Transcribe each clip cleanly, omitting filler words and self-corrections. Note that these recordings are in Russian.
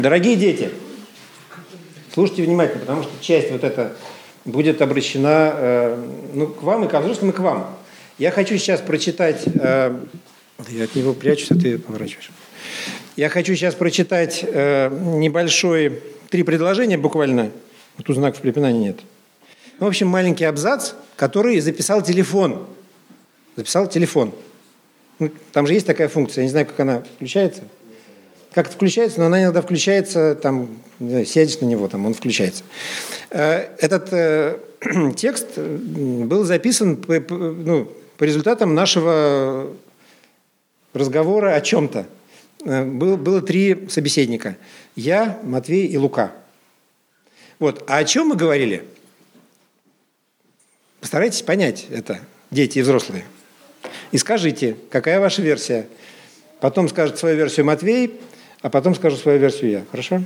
Дорогие дети, слушайте внимательно, потому что часть вот эта будет обращена к вам и ко взрослым, и к вам. Я хочу сейчас прочитать... я от него прячусь, а ты поворачиваешь. Я хочу сейчас прочитать небольшой... 3 предложения буквально. Тут знаков препинания нет. В общем, маленький абзац, который записал телефон. Записал телефон. Там же есть такая функция, я не знаю, как она включается. Как это включается, но она иногда включается, там, не знаю, сядешь на него, там, он включается. Этот текст был записан по результатам нашего разговора о чем-то. Было 3 собеседника. Я, Матвей и Лука. Вот. А о чем мы говорили? Постарайтесь понять это, дети и взрослые. И скажите, какая ваша версия. Потом скажет свою версию Матвей, а потом скажу свою версию я. Хорошо?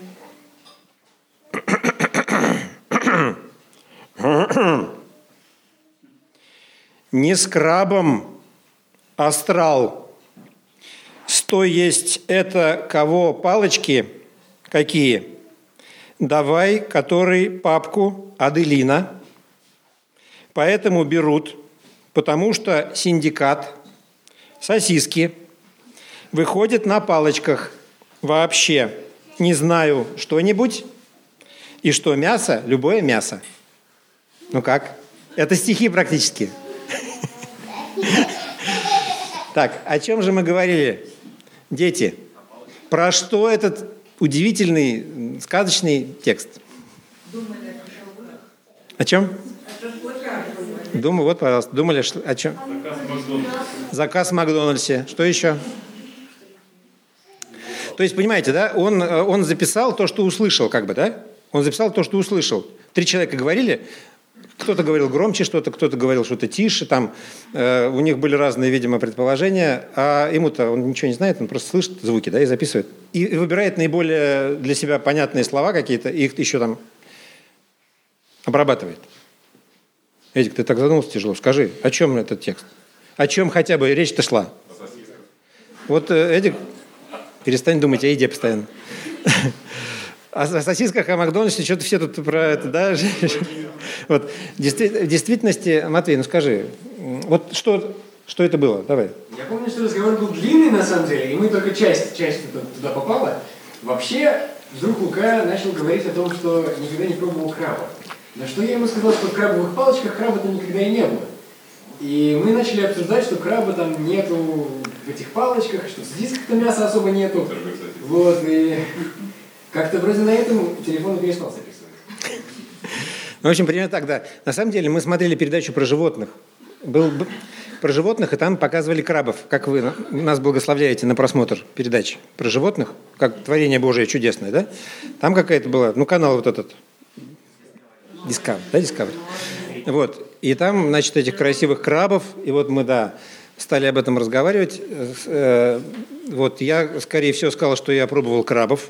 Не с крабом астрал. Сто есть это кого палочки какие? Давай, который папку Аделина. Поэтому берут, потому что синдикат, сосиски, выходит на палочках. Вообще не знаю что-нибудь. И что мясо, любое мясо. Ну как? Это стихи практически. Так, о чем же мы говорили, дети? Про что этот удивительный, сказочный текст? О чем? Думаю, вот, пожалуйста. Думали, о чем? Заказ в Макдональдсе. Что еще? То есть, понимаете, да, он записал то, что услышал, как бы, да? Он записал то, что услышал. 3 человека говорили, кто-то говорил громче что-то, кто-то говорил что-то тише, там у них были разные, видимо, предположения, а ему-то он ничего не знает, он просто слышит звуки, да, и записывает. И выбирает наиболее для себя понятные слова какие-то, и их еще там обрабатывает. Эдик, ты так задумался тяжело. Скажи, о чем этот текст? О чем хотя бы речь-то шла? Вот, Эдик, перестань думать о еде постоянно. О сосисках, о Макдональдсе, что-то все тут про это, да? Вот. В действительности, Матвей, ну скажи, вот что это было? Давай. Я помню, что разговор был длинный, на самом деле, и мы только часть туда попала. Вообще, вдруг Лука начал говорить о том, что никогда не пробовал краба. На что я ему сказал, что в крабовых палочках краба-то никогда и не было. И мы начали обсуждать, что краба там нету в этих палочках, что в сосисках-то мяса особо нету. Вот, и как-то вроде на этом телефон перестал записывать. Ну, в общем, примерно так, да. На самом деле мы смотрели передачу про животных. Про животных, и там показывали крабов. Как вы нас благословляете на просмотр передач про животных, как творение Божие чудесное, да? Там какая-то была, канал вот этот, Discovery, да, Discovery? Вот. И там, значит, этих красивых крабов, и вот мы, стали об этом разговаривать. Вот я, скорее всего, сказал, что я пробовал крабов.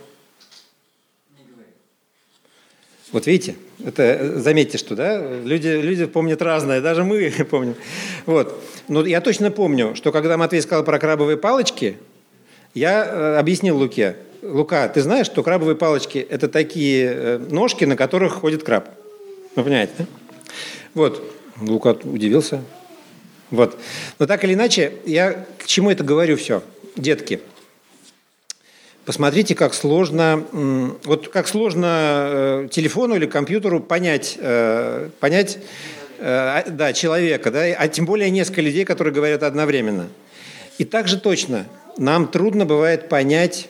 Вот видите, это, заметьте, что, да, люди помнят разное, даже мы помним. Вот. Но я точно помню, что когда Матвей сказал про крабовые палочки, я объяснил Луке: Лука, ты знаешь, что крабовые палочки – это такие ножки, на которых ходит краб? Вы понимаете, да? Вот. Лука удивился. Вот. Но так или иначе, я к чему это говорю все? Детки, посмотрите, как сложно телефону или компьютеру понять человека, да, а тем более несколько людей, которые говорят одновременно. И также точно нам трудно бывает понять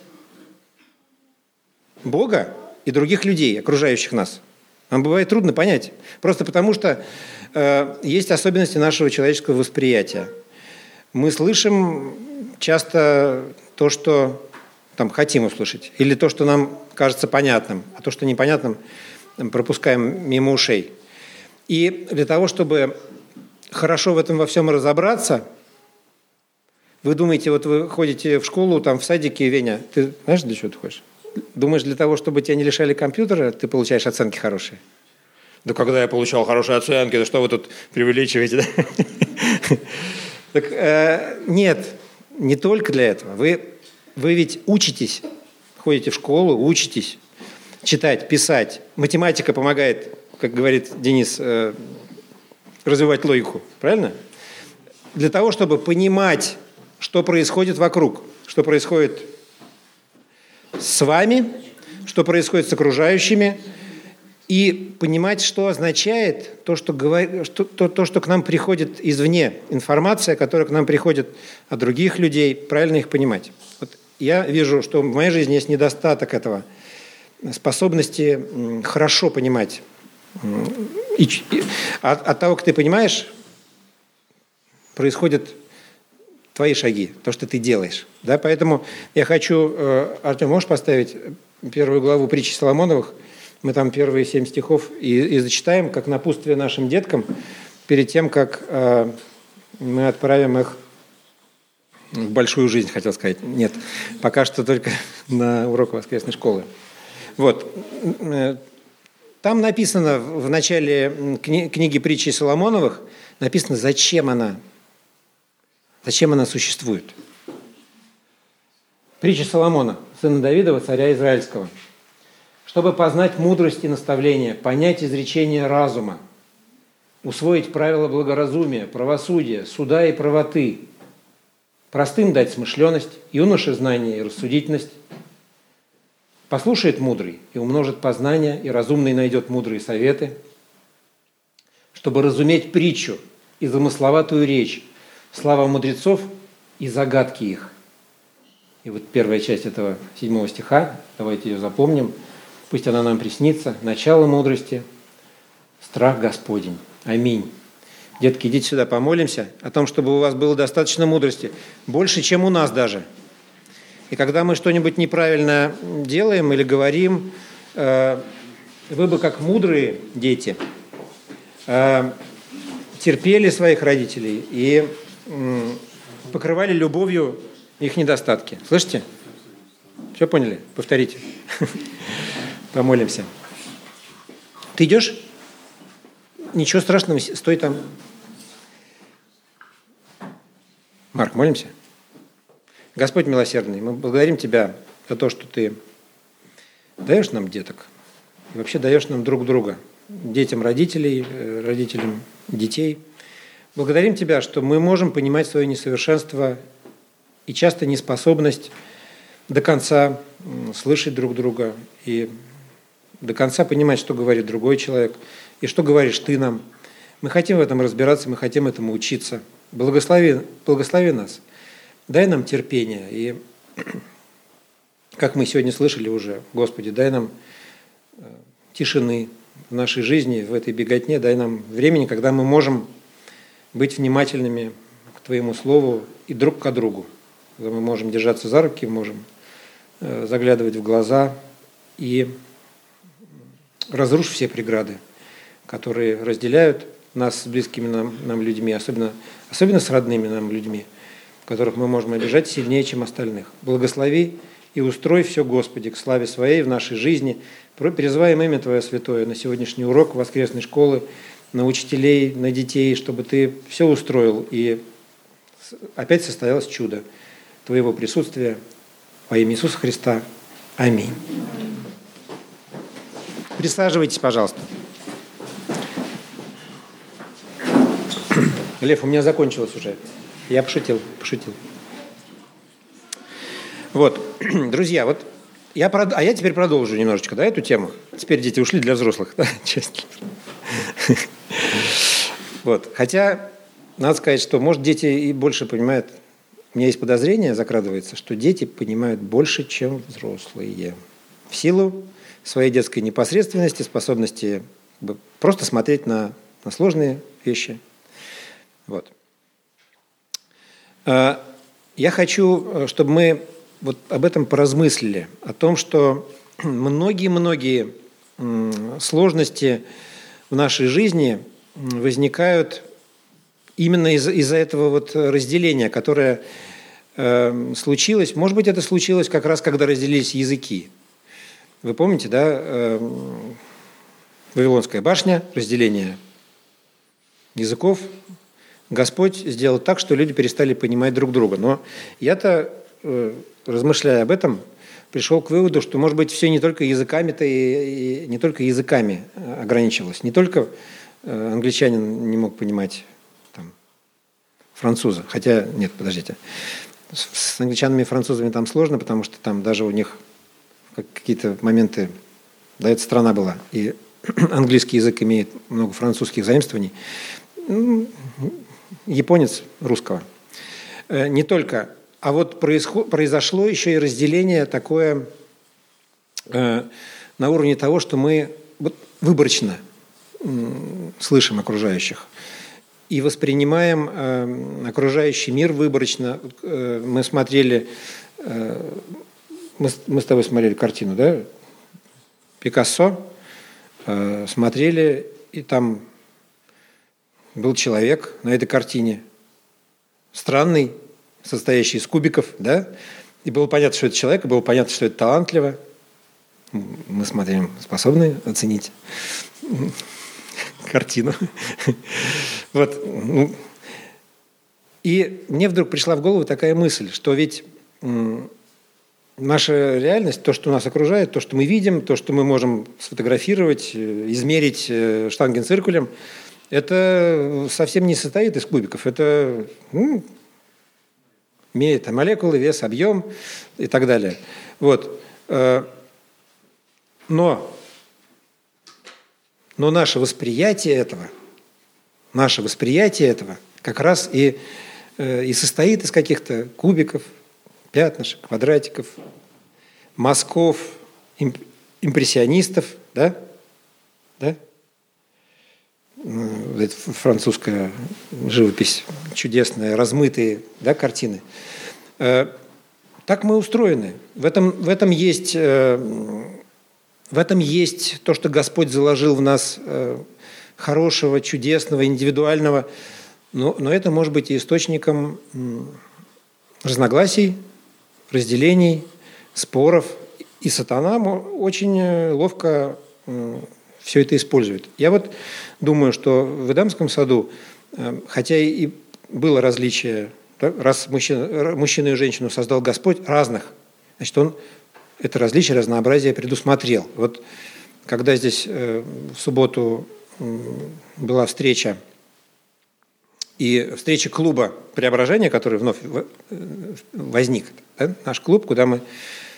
Бога и других людей, окружающих нас. Нам бывает трудно понять, просто потому что есть особенности нашего человеческого восприятия. Мы слышим часто то, что хотим услышать, или то, что нам кажется понятным, а то, что непонятным, пропускаем мимо ушей. И для того, чтобы хорошо в этом во всем разобраться, вы думаете, вот вы ходите в школу, в садике, Веня, ты знаешь, для чего ты ходишь? Думаешь, для того, чтобы тебя не лишали компьютера, ты получаешь оценки хорошие? Да когда я получал хорошие оценки, да что вы тут преувеличиваете, да? Так нет, не только для этого. Вы ведь учитесь, ходите в школу, учитесь читать, писать. Математика помогает, как говорит Денис, развивать логику. Правильно? Для того, чтобы понимать, что происходит вокруг, что происходит с вами, что происходит с окружающими, и понимать, что означает то, что к нам приходит извне, информация, которая к нам приходит от других людей, правильно их понимать. Вот я вижу, что в моей жизни есть недостаток этого, способности хорошо понимать. От того, как ты понимаешь, происходят твои шаги, то, что ты делаешь. Да? Поэтому я хочу... Артем, можешь поставить первую главу притчи Соломоновых? Мы там первые 7 стихов и зачитаем, как напутствие нашим деткам, перед тем, как мы отправим их в большую жизнь, хотел сказать. Нет, пока что только на урок воскресной школы. Вот. Там написано в начале книги притчи Соломоновых, написано, зачем она существует. Притча Соломона, сына Давидова, царя Израильского. Чтобы познать мудрость и наставление, понять изречение разума, усвоить правила благоразумия, правосудия, суда и правоты, простым дать смышленность, юноше знание и рассудительность, послушает мудрый и умножит познание, и разумный найдет мудрые советы, чтобы разуметь притчу и замысловатую речь, слава мудрецов и загадки их. И вот первая часть этого 7 стиха, давайте ее запомним. Пусть она нам приснится. Начало мудрости – страх Господень. Аминь. Детки, идите сюда, помолимся о том, чтобы у вас было достаточно мудрости. Больше, чем у нас даже. И когда мы что-нибудь неправильно делаем или говорим, вы бы, как мудрые дети, терпели своих родителей и покрывали любовью их недостатки. Слышите? Все поняли? Повторите. Помолимся. Ты идешь? Ничего страшного, стой там. Марк, молимся? Господь милосердный, мы благодарим Тебя за то, что Ты даешь нам деток и вообще даешь нам друг друга, детям родителей, родителям детей. Благодарим Тебя, что мы можем понимать свое несовершенство и часто неспособность до конца слышать друг друга и до конца понимать, что говорит другой человек и что говоришь ты нам. Мы хотим в этом разбираться, мы хотим этому учиться. Благослови нас, дай нам терпение. И, как мы сегодня слышали уже, Господи, дай нам тишины в нашей жизни, в этой беготне, дай нам времени, когда мы можем быть внимательными к Твоему Слову и друг к другу. Когда мы можем держаться за руки, можем заглядывать в глаза и разрушить все преграды, которые разделяют нас с близкими нам людьми, особенно с родными нам людьми, которых мы можем обижать сильнее, чем остальных. Благослови и устрой все, Господи, к славе Своей в нашей жизни. Призываем имя Твое святое на сегодняшний урок воскресной школы, на учителей, на детей, чтобы Ты все устроил, и опять состоялось чудо Твоего присутствия во имя Иисуса Христа. Аминь. Присаживайтесь, пожалуйста. Лев, у меня закончилось уже. Я пошутил. Вот, друзья, вот я теперь продолжу немножечко, да, эту тему. Теперь дети ушли для взрослых, да, часть. Вот, хотя надо сказать, что, может, дети и больше понимают. У меня есть подозрение, закрадывается, что дети понимают больше, чем взрослые. В силу своей детской непосредственности, способности просто смотреть на сложные вещи. Вот. Я хочу, чтобы мы вот об этом поразмыслили, о том, что многие сложности в нашей жизни возникают именно из-за этого вот разделения, которое случилось. Может быть, это случилось как раз, когда разделились языки. Вы помните, да, Вавилонская башня, разделение языков. Господь сделал так, что люди перестали понимать друг друга. Но я-то, размышляя об этом, пришел к выводу, что, может быть, все не только языками-то и не только языками ограничивалось. Не только англичанин не мог понимать там, француза. Хотя, нет, подождите. С англичанами и французами там сложно, потому что там даже у них какие-то моменты, да, эта страна была, и английский язык имеет много французских заимствований. Японец русского. Не только. А вот произошло еще и разделение такое на уровне того, что мы выборочно слышим окружающих и воспринимаем окружающий мир выборочно. Мы смотрели, мы с тобой смотрели картину, да, Пикассо, смотрели, и там был человек на этой картине, странный, состоящий из кубиков, да, и было понятно, что это человек, и было понятно, что это талантливо. Мы смотрим, способны оценить картину. Вот. И мне вдруг пришла в голову такая мысль, что ведь наша реальность, то, что нас окружает, то, что мы видим, то, что мы можем сфотографировать, измерить штангенциркулем, это совсем не состоит из кубиков. Это имеет молекулы, вес, объем и так далее. Вот. Но наше восприятие этого как раз и состоит из каких-то кубиков, пятнышек, квадратиков, мазков, импрессионистов, да? Да? Это французская живопись, чудесная, размытые, да, картины. Так мы устроены. В этом есть то, что Господь заложил в нас хорошего, чудесного, индивидуального, но это может быть и источником разногласий, разделений, споров. И сатана очень ловко все это использует. Я вот думаю, что в Эдемском саду, хотя и было различие, да, раз мужчину и женщину создал Господь разных, значит, Он это различие, разнообразие предусмотрел. Вот когда здесь в субботу была встреча, и встреча клуба «Преображение», который вновь возник, да, наш клуб, куда мы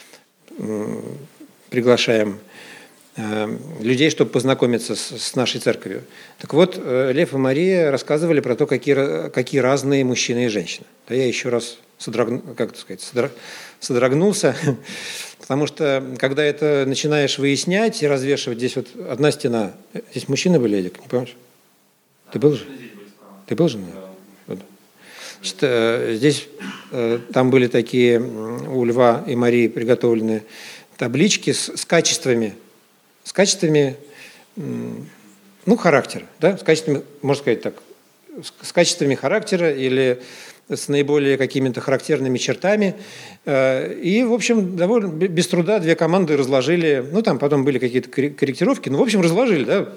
приглашаем людей, чтобы познакомиться с нашей церковью. Так вот, Лев и Мария рассказывали про то, какие разные мужчины и женщины. Да, я еще раз содрогнулся, потому что, когда это начинаешь выяснять и развешивать, здесь вот одна стена, здесь мужчины были, Эдик, не помнишь? Ты был же? Ты был же? Вот. Значит, здесь там были такие у Льва и Марии приготовлены таблички с качествами, характера, да, с качествами, можно сказать так, с качествами характера или с наиболее какими-то характерными чертами. И, в общем, довольно без труда две команды разложили, там потом были какие-то корректировки, в общем, разложили, да.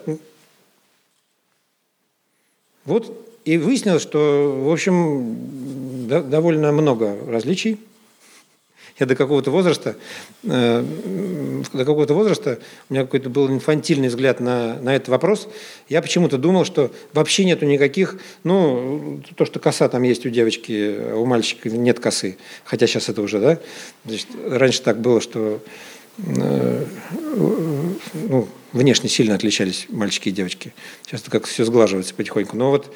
Вот, и выяснилось, что, в общем, довольно много различий. Я до какого-то возраста, у меня какой-то был инфантильный взгляд на этот вопрос. Я почему-то думал, что вообще нету никаких, то, что коса там есть у девочки, а у мальчика нет косы. Хотя сейчас это уже, да? Значит, раньше так было, что внешне сильно отличались мальчики и девочки. Сейчас это как все сглаживается потихоньку. Но вот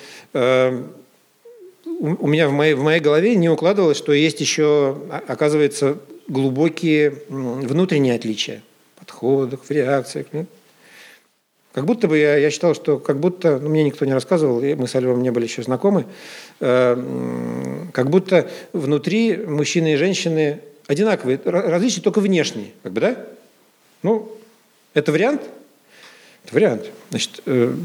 у меня в моей голове не укладывалось, что есть еще, оказывается, глубокие внутренние отличия в подходах, в реакциях. Как будто бы я считал, что мне никто не рассказывал, и мы с Львом не были еще знакомы, как будто внутри мужчины и женщины одинаковые, различия только внешние, да? Это вариант? Это вариант. Значит,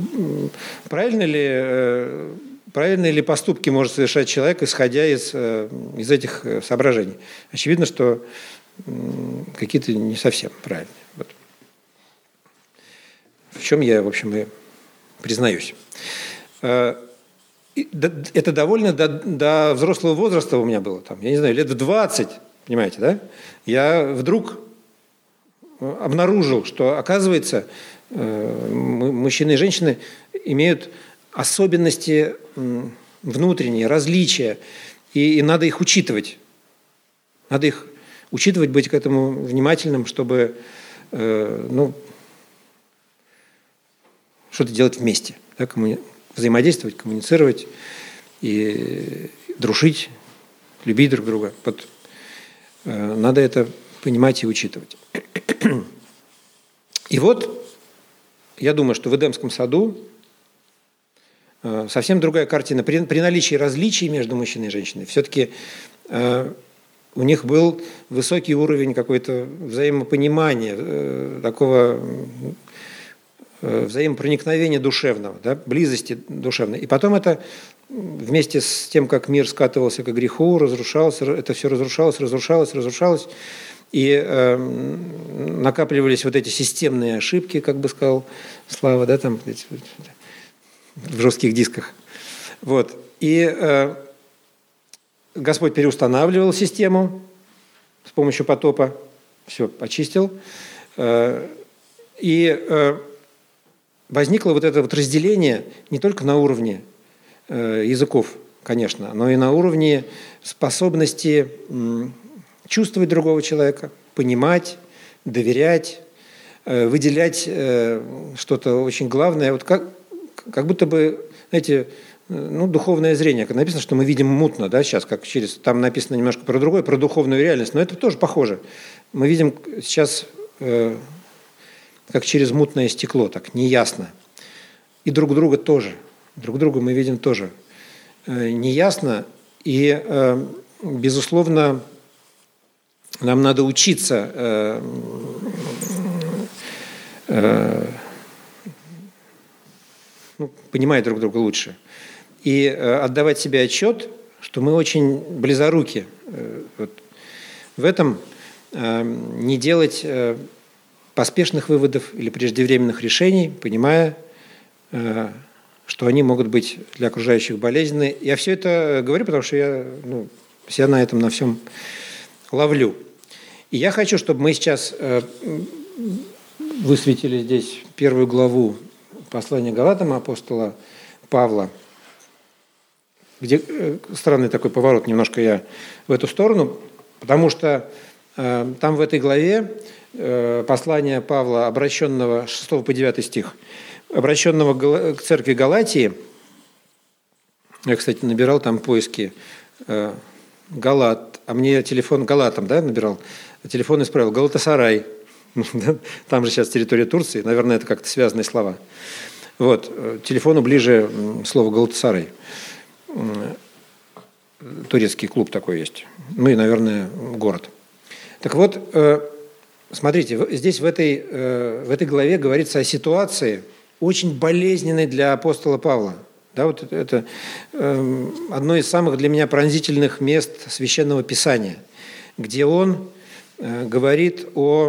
правильные ли поступки может совершать человек, исходя из этих соображений? Очевидно, что какие-то не совсем правильные. Вот. В чем я, в общем, и признаюсь. Это довольно до взрослого возраста у меня было. Я не знаю, лет в 20, понимаете, да? Я вдруг обнаружил, что, оказывается, мужчины и женщины имеют особенности внутренние, различия, и надо их учитывать. Надо их учитывать, быть к этому внимательным, чтобы что-то делать вместе, да, взаимодействовать, коммуницировать и дружить, любить друг друга. Вот, надо это понимать и учитывать. И вот, я думаю, что в Эдемском саду совсем другая картина. При наличии различий между мужчиной и женщиной все-таки у них был высокий уровень какой-то взаимопонимания, такого взаимопроникновения душевного, да, близости душевной. И потом это вместе с тем, как мир скатывался к греху, разрушалось, это все разрушалось, и накапливались вот эти системные ошибки, как бы сказал Слава, да, там в жестких дисках. Вот. И Господь переустанавливал систему с помощью потопа, все очистил, и возникло вот это вот разделение не только на уровне языков, конечно, но и на уровне способности чувствовать другого человека, понимать, доверять, выделять что-то очень главное. Вот как будто бы, знаете, духовное зрение. Как написано, что мы видим мутно, да, сейчас, как там написано немножко про другое, про духовную реальность, но это тоже похоже. Мы видим сейчас как через мутное стекло, так неясно. И друг друга тоже. Друг друга мы видим тоже неясно. И, безусловно, нам надо учиться понимать друг друга лучше. И отдавать себе отчет, что мы очень близоруки. Вот в этом не делать поспешных выводов или преждевременных решений, понимая, что они могут быть для окружающих болезненны. Я все это говорю, потому что я себя на этом, на всем ловлю. И я хочу, чтобы мы сейчас высветили здесь первую главу послания Галатам апостола Павла, где странный такой поворот, немножко я в эту сторону, потому что там в этой главе послание Павла, обращенного 6 по 9 стих, обращенного к церкви Галатии, я, кстати, набирал там поиски Галат, а мне телефон Галатам, да, набирал, а телефон исправил, Галатасарай, там же сейчас территория Турции, наверное, это как-то связанные слова. Вот, телефону ближе слово Галатасарай. Турецкий клуб такой есть. Ну и, наверное, город. Так вот, смотрите, здесь в этой главе говорится о ситуации, очень болезненной для апостола Павла. Да, вот это одно из самых для меня пронзительных мест Священного Писания, где он говорит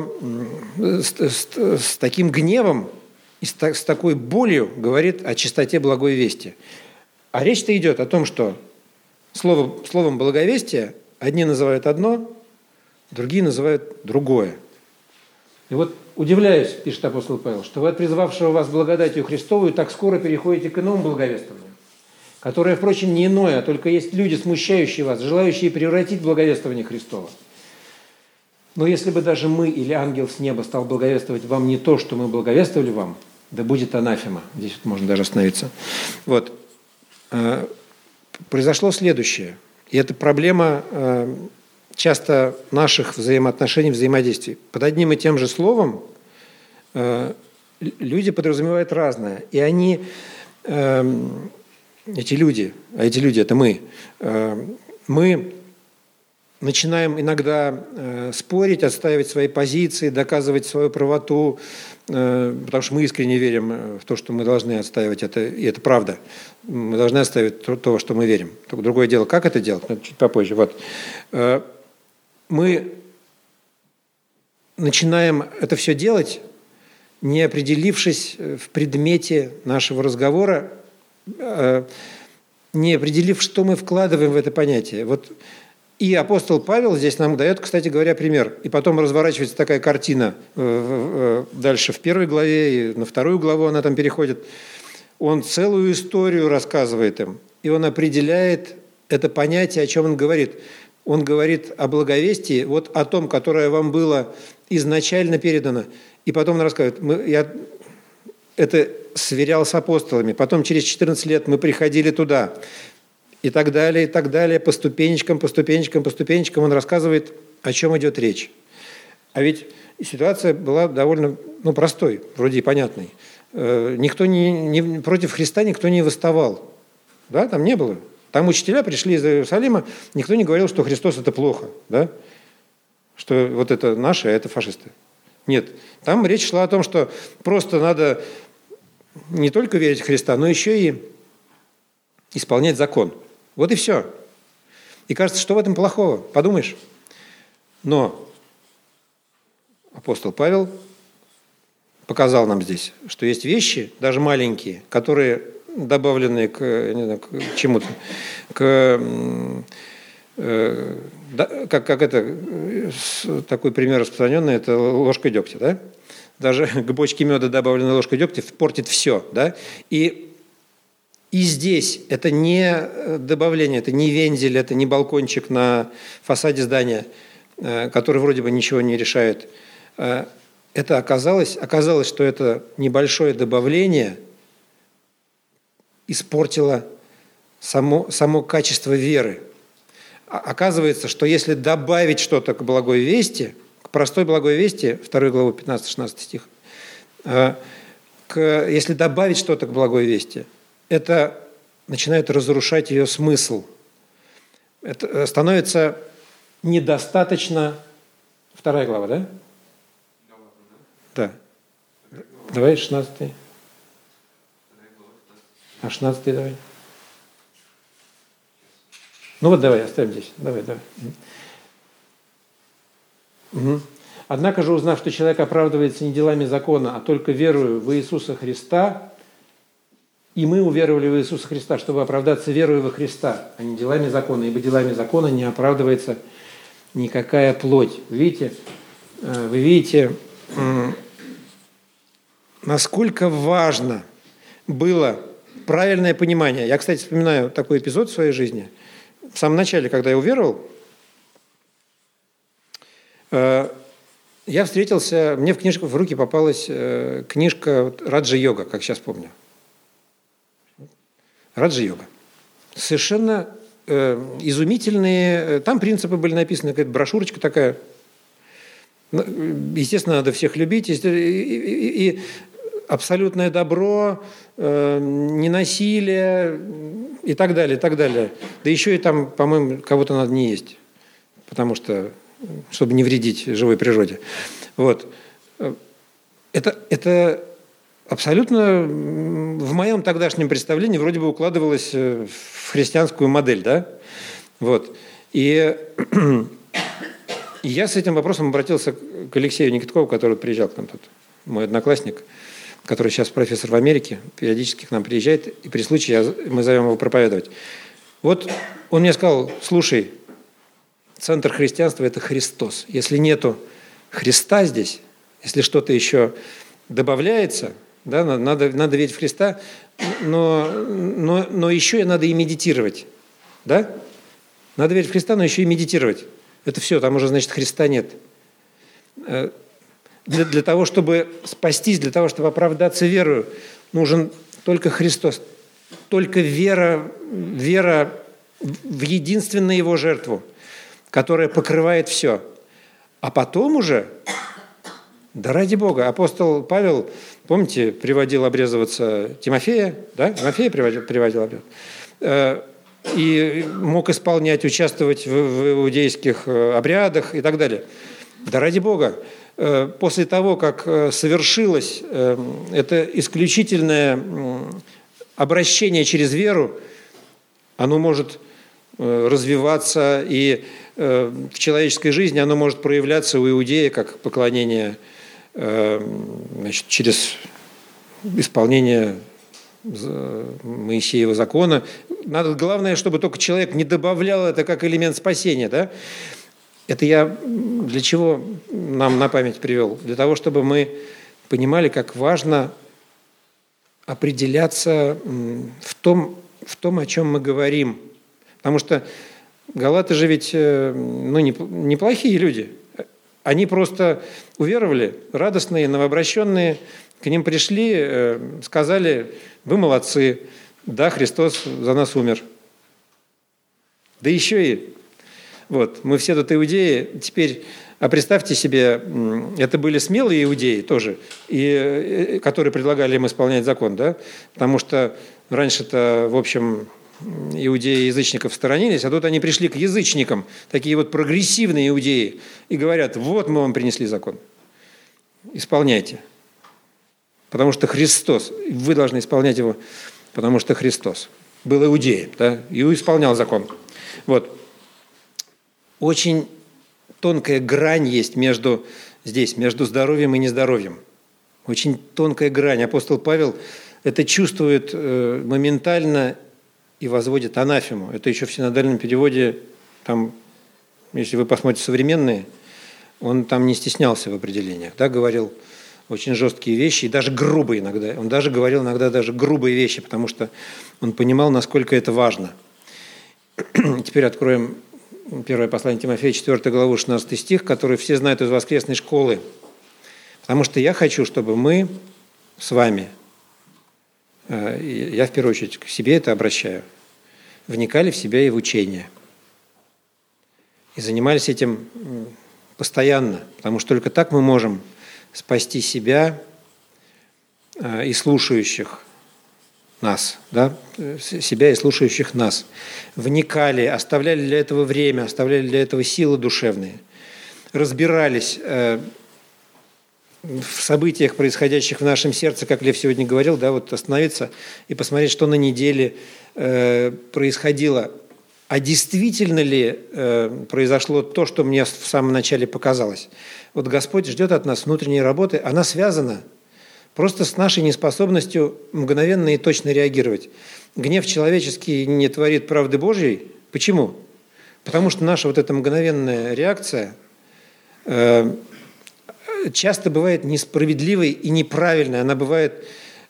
с таким гневом и с такой болью говорит о чистоте благой вести. А речь-то идет о том, что словом благовестия одни называют одно, другие называют другое. И вот удивляюсь, пишет апостол Павел, что вы от призвавшего вас благодатью Христовую так скоро переходите к иному благовествованию, которое, впрочем, не иное, а только есть люди, смущающие вас, желающие превратить благовествование Христова. Но если бы даже мы или ангел с неба стал благовествовать вам не то, что мы благовествовали вам, да будет анафема. Здесь вот можно даже остановиться. Вот. Произошло следующее. И это проблема часто наших взаимоотношений, взаимодействий. Под одним и тем же словом люди подразумевают разное. И они, эти люди это мы начинаем иногда спорить, отстаивать свои позиции, доказывать свою правоту, потому что мы искренне верим в то, что мы должны отстаивать это, и это правда. Мы должны отстаивать то, что мы верим. Только другое дело, как это делать, но чуть попозже. Вот. Мы начинаем это все делать, не определившись в предмете нашего разговора, не определив, что мы вкладываем в это понятие. Вот И апостол Павел здесь нам дает, кстати говоря, пример. И потом разворачивается такая картина дальше в 1 главе, и на 2 главу она там переходит. Он целую историю рассказывает им, и он определяет это понятие, о чем он говорит. Он говорит о благовестии, вот о том, которое вам было изначально передано. И потом он рассказывает, я это сверял с апостолами, потом через 14 лет мы приходили туда. И так далее, по ступенечкам он рассказывает, о чем идет речь. А ведь ситуация была довольно простой, вроде и понятной. Никто против Христа никто не восставал. Да, там не было. Там учителя пришли из Иерусалима, никто не говорил, что Христос – это плохо, да? Что вот это наши, а это фашисты. Нет, там речь шла о том, что просто надо не только верить в Христа, но еще и исполнять закон. Вот и все. И кажется, что в этом плохого? Подумаешь. Но апостол Павел показал нам здесь, что есть вещи, даже маленькие, которые добавлены к чему-то, такой пример распространенный, это ложка дегтя, да? Даже к бочке меда добавленная ложка дегтя портит все, да? И здесь это не добавление, это не вензель, это не балкончик на фасаде здания, который вроде бы ничего не решает. Это оказалось, что это небольшое добавление испортило само качество веры. Оказывается, что если добавить что-то к благой вести, к простой благой вести, 2 главу 15-16 стих, если добавить что-то к благой вести, это начинает разрушать ее смысл. Это становится недостаточно... 2 глава, да? Да. Давай 16-й. А 16-й давай. Ну вот давай, оставим здесь. Давай. Угу. «Однако же, узнав, что человек оправдывается не делами закона, а только верою в Иисуса Христа, и мы уверовали в Иисуса Христа, чтобы оправдаться верою во Христа, а не делами закона, ибо делами закона не оправдывается никакая плоть». Вы видите, насколько важно было правильное понимание. Я, кстати, вспоминаю такой эпизод в своей жизни. В самом начале, когда я уверовал, я встретился, мне в руки попалась книжка Раджа-йога, как сейчас помню. Раджа-йога. Совершенно изумительные, там принципы были написаны, какая-то брошюрочка такая. Естественно, надо всех любить, и абсолютное добро, ненасилие и так далее, и так далее. Да еще и там, по-моему, кого-то надо не есть, потому что, чтобы не вредить живой природе. Вот. Это абсолютно в моем тогдашнем представлении вроде бы укладывалось в христианскую модель, да? Вот. И я с этим вопросом обратился к Алексею Никиткову, который приезжал к нам тут, мой одноклассник, который сейчас профессор в Америке, периодически к нам приезжает, и при случае мы зовем его проповедовать. Вот он мне сказал: слушай, центр христианства – это Христос. Если нету Христа здесь, если что-то еще добавляется, да, надо верить в Христа, но еще и надо и медитировать. Да? Надо верить в Христа, но еще и медитировать. Это все, там уже, значит, Христа нет. Для того, чтобы спастись, для того, чтобы оправдаться верою, нужен только Христос. Только вера в единственную Его жертву, которая покрывает все. А потом уже, да ради Бога, апостол Павел, помните, приводил обрезываться Тимофея, да? Тимофея приводил обрезываться. И мог исполнять, участвовать в иудейских обрядах и так далее. Да ради Бога. После того, как совершилось это исключительное обращение через веру, оно может развиваться, и в человеческой жизни оно может проявляться у иудея как поклонение, значит, через исполнение Моисеева закона. Главное, чтобы только человек не добавлял это как элемент спасения. Да? Это я для чего нам на память привел? Для того, чтобы мы понимали, как важно определяться в том, о чем мы говорим. Потому что галаты же ведь неплохие люди. Они просто уверовали, радостные, новообращенные, к ним пришли, сказали: вы молодцы, да, Христос за нас умер. Да еще и мы все тут иудеи. Теперь, представьте себе, это были смелые иудеи тоже, которые предлагали им исполнять закон, да? Потому что раньше-то, в общем, иудеи язычников сторонились, а тут они пришли к язычникам, такие вот прогрессивные иудеи, и говорят: вот мы вам принесли закон, исполняйте. Потому что Христос, вы должны исполнять его, потому что Христос был иудеем, да, и исполнял закон. Очень тонкая грань есть между здоровьем и нездоровьем. Очень тонкая грань. Апостол Павел это чувствует моментально и возводит анафему. Это еще в синодальном переводе, там, если вы посмотрите современные, он там не стеснялся в определениях, да, говорил очень жесткие вещи, и даже грубые иногда. Он даже говорил иногда даже грубые вещи, потому что он понимал, насколько это важно. Теперь откроем первое послание Тимофея, 4 главу, 16 стих, который все знают из воскресной школы. Потому что я хочу, чтобы мы с вами, я в первую очередь к себе это обращаю, вникали в себя и в учение. И занимались этим постоянно, потому что только так мы можем спасти себя и слушающих нас, да? Себя и слушающих нас. Вникали, оставляли для этого время, оставляли для этого силы душевные, разбирались в событиях, происходящих в нашем сердце, как Лев сегодня говорил, да, остановиться и посмотреть, что на неделе происходило. А действительно ли произошло то, что мне в самом начале показалось? Господь ждет от нас внутренней работы, она связана просто с нашей неспособностью мгновенно и точно реагировать. Гнев человеческий не творит правды Божьей. Почему? Потому что наша эта мгновенная реакция часто бывает несправедливой и неправильной, она бывает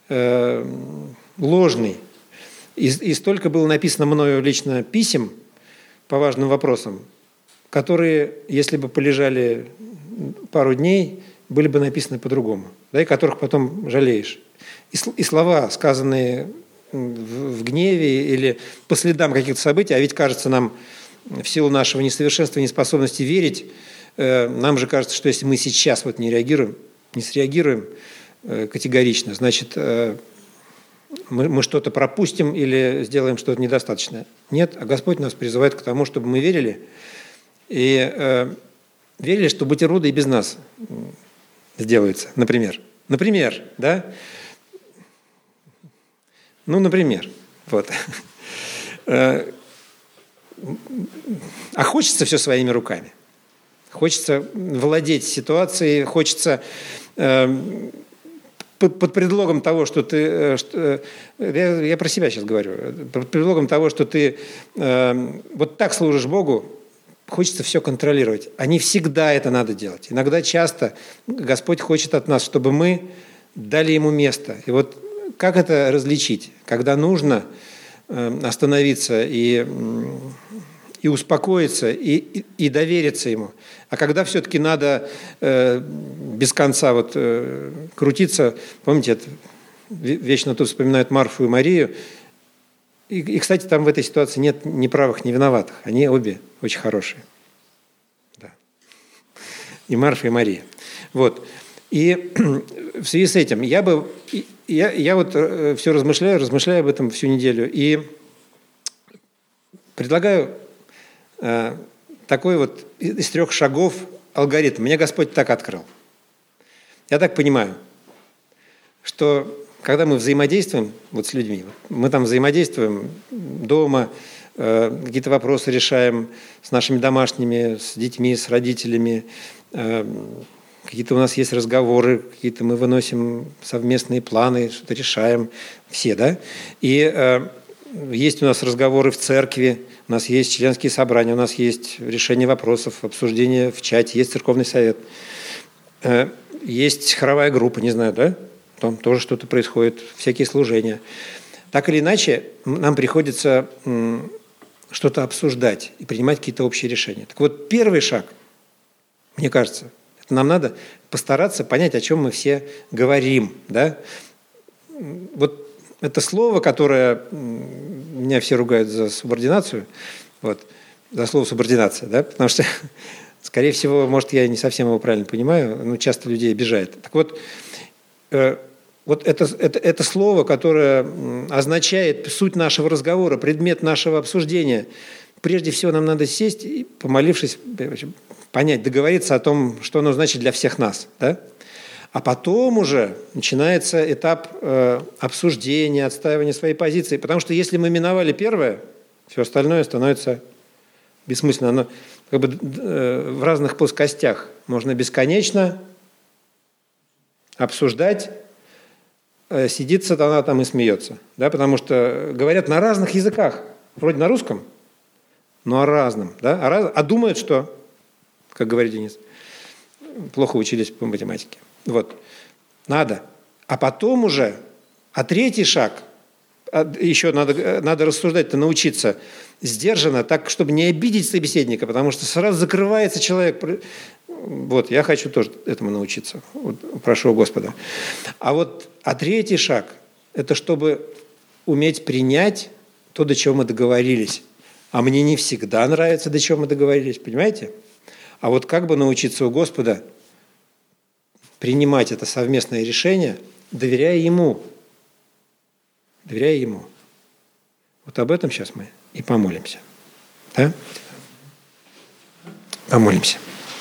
ложной. И столько было написано мною лично писем по важным вопросам, которые, если бы полежали пару дней, были бы написаны по-другому, да, и которых потом жалеешь. И слова, сказанные в гневе или по следам каких-то событий, а ведь кажется нам, в силу нашего несовершенства, неспособности верить, нам же кажется, что если мы сейчас не среагируем категорично, значит, мы что-то пропустим или сделаем что-то недостаточное. Нет, а Господь нас призывает к тому, чтобы мы верили, и верили, что бутерброды и без нас сделаются, например. Например, да? Например. А хочется все своими руками. Хочется владеть ситуацией, хочется под предлогом того, что ты... Я про себя сейчас говорю. Под предлогом того, что ты так служишь Богу, хочется все контролировать. А не всегда это надо делать. Иногда, часто Господь хочет от нас, чтобы мы дали Ему место. И как это различить? Когда нужно остановиться и успокоиться, и довериться Ему. А когда все-таки надо без конца крутиться, помните, вечно тут вспоминают Марфу и Марию, и, кстати, там в этой ситуации нет ни правых, ни виноватых. Они обе очень хорошие. Да. И Марфа, и Мария. И в связи с этим я все размышляю об этом всю неделю, и предлагаю такой из 3 шагов алгоритм. Мне Господь так открыл. Я так понимаю, что когда мы взаимодействуем с людьми, мы там взаимодействуем дома, какие-то вопросы решаем с нашими домашними, с детьми, с родителями, какие-то у нас есть разговоры, какие-то мы выносим совместные планы, что-то решаем, все, да? И есть у нас разговоры в церкви, у нас есть членские собрания, у нас есть решение вопросов, обсуждение в чате, есть церковный совет, есть хоровая группа, не знаю, да? Там тоже что-то происходит, всякие служения. Так или иначе, нам приходится что-то обсуждать и принимать какие-то общие решения. Так вот, первый шаг, мне кажется, это нам надо постараться понять, о чем мы все говорим. Да? Вот это слово, которое меня все ругают за субординацию, вот, за слово субординация, да? Потому что, скорее всего, может, я не совсем его правильно понимаю, но часто людей обижает. Так вот, вот это слово, которое означает суть нашего разговора, предмет нашего обсуждения. Прежде всего нам надо сесть и, помолившись, понять, договориться о том, что оно значит для всех нас. Да? А потом уже начинается этап обсуждения, отстаивания своей позиции. Потому что если мы миновали первое, все остальное становится бессмысленно. Оно как бы в разных плоскостях. Можно бесконечно обсуждать, сидит сатана там и смеется. Да? Потому что говорят на разных языках. Вроде на русском, но о разном. Да? А думают, что, как говорит Денис, плохо учились по математике. Вот. Надо. А потом уже, третий шаг, еще надо рассуждать-то, научиться сдержанно, так, чтобы не обидеть собеседника, потому что сразу закрывается человек. Вот, я хочу тоже этому научиться. Вот, прошу Господа. А третий шаг – это чтобы уметь принять то, до чего мы договорились. А мне не всегда нравится, до чего мы договорились, понимаете? А вот как бы научиться у Господа принимать это совместное решение, доверяя Ему. Доверяя Ему. Вот об этом сейчас мы и помолимся. Да? Помолимся.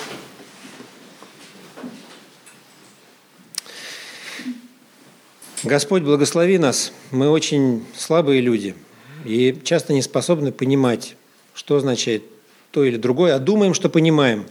Господь, благослови нас. Мы очень слабые люди и часто не способны понимать, что означает то или другое, а думаем, что понимаем.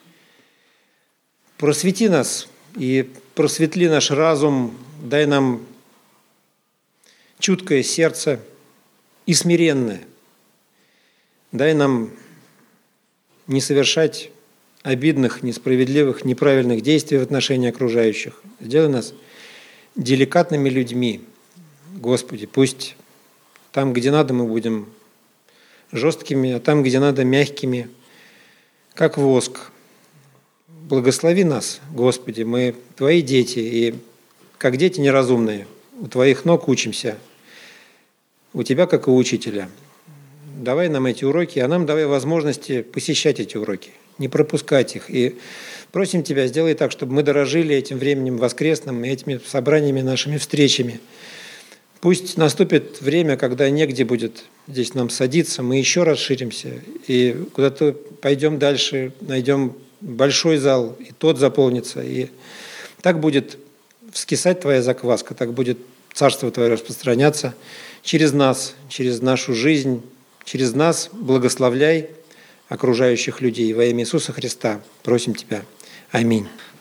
Просвети нас и просветли наш разум, дай нам чуткое сердце и смиренное. Дай нам не совершать обидных, несправедливых, неправильных действий в отношении окружающих. Сделай нас деликатными людьми. Господи, пусть там, где надо, мы будем жесткими, а там, где надо, мягкими, как воск. Благослови нас, Господи, мы Твои дети, и как дети неразумные, у Твоих ног учимся, у Тебя, как и у учителя. Давай нам эти уроки, а нам давай возможности посещать эти уроки, не пропускать их. И просим Тебя, сделай так, чтобы мы дорожили этим временем воскресным, этими собраниями, нашими встречами. Пусть наступит время, когда негде будет здесь нам садиться, мы еще расширимся и куда-то пойдем дальше, найдем большой зал, и тот заполнится. И так будет вскисать Твоя закваска, так будет Царство Твое распространяться через нас, через нашу жизнь, через нас благословляй окружающих людей. Во имя Иисуса Христа просим Тебя. Аминь.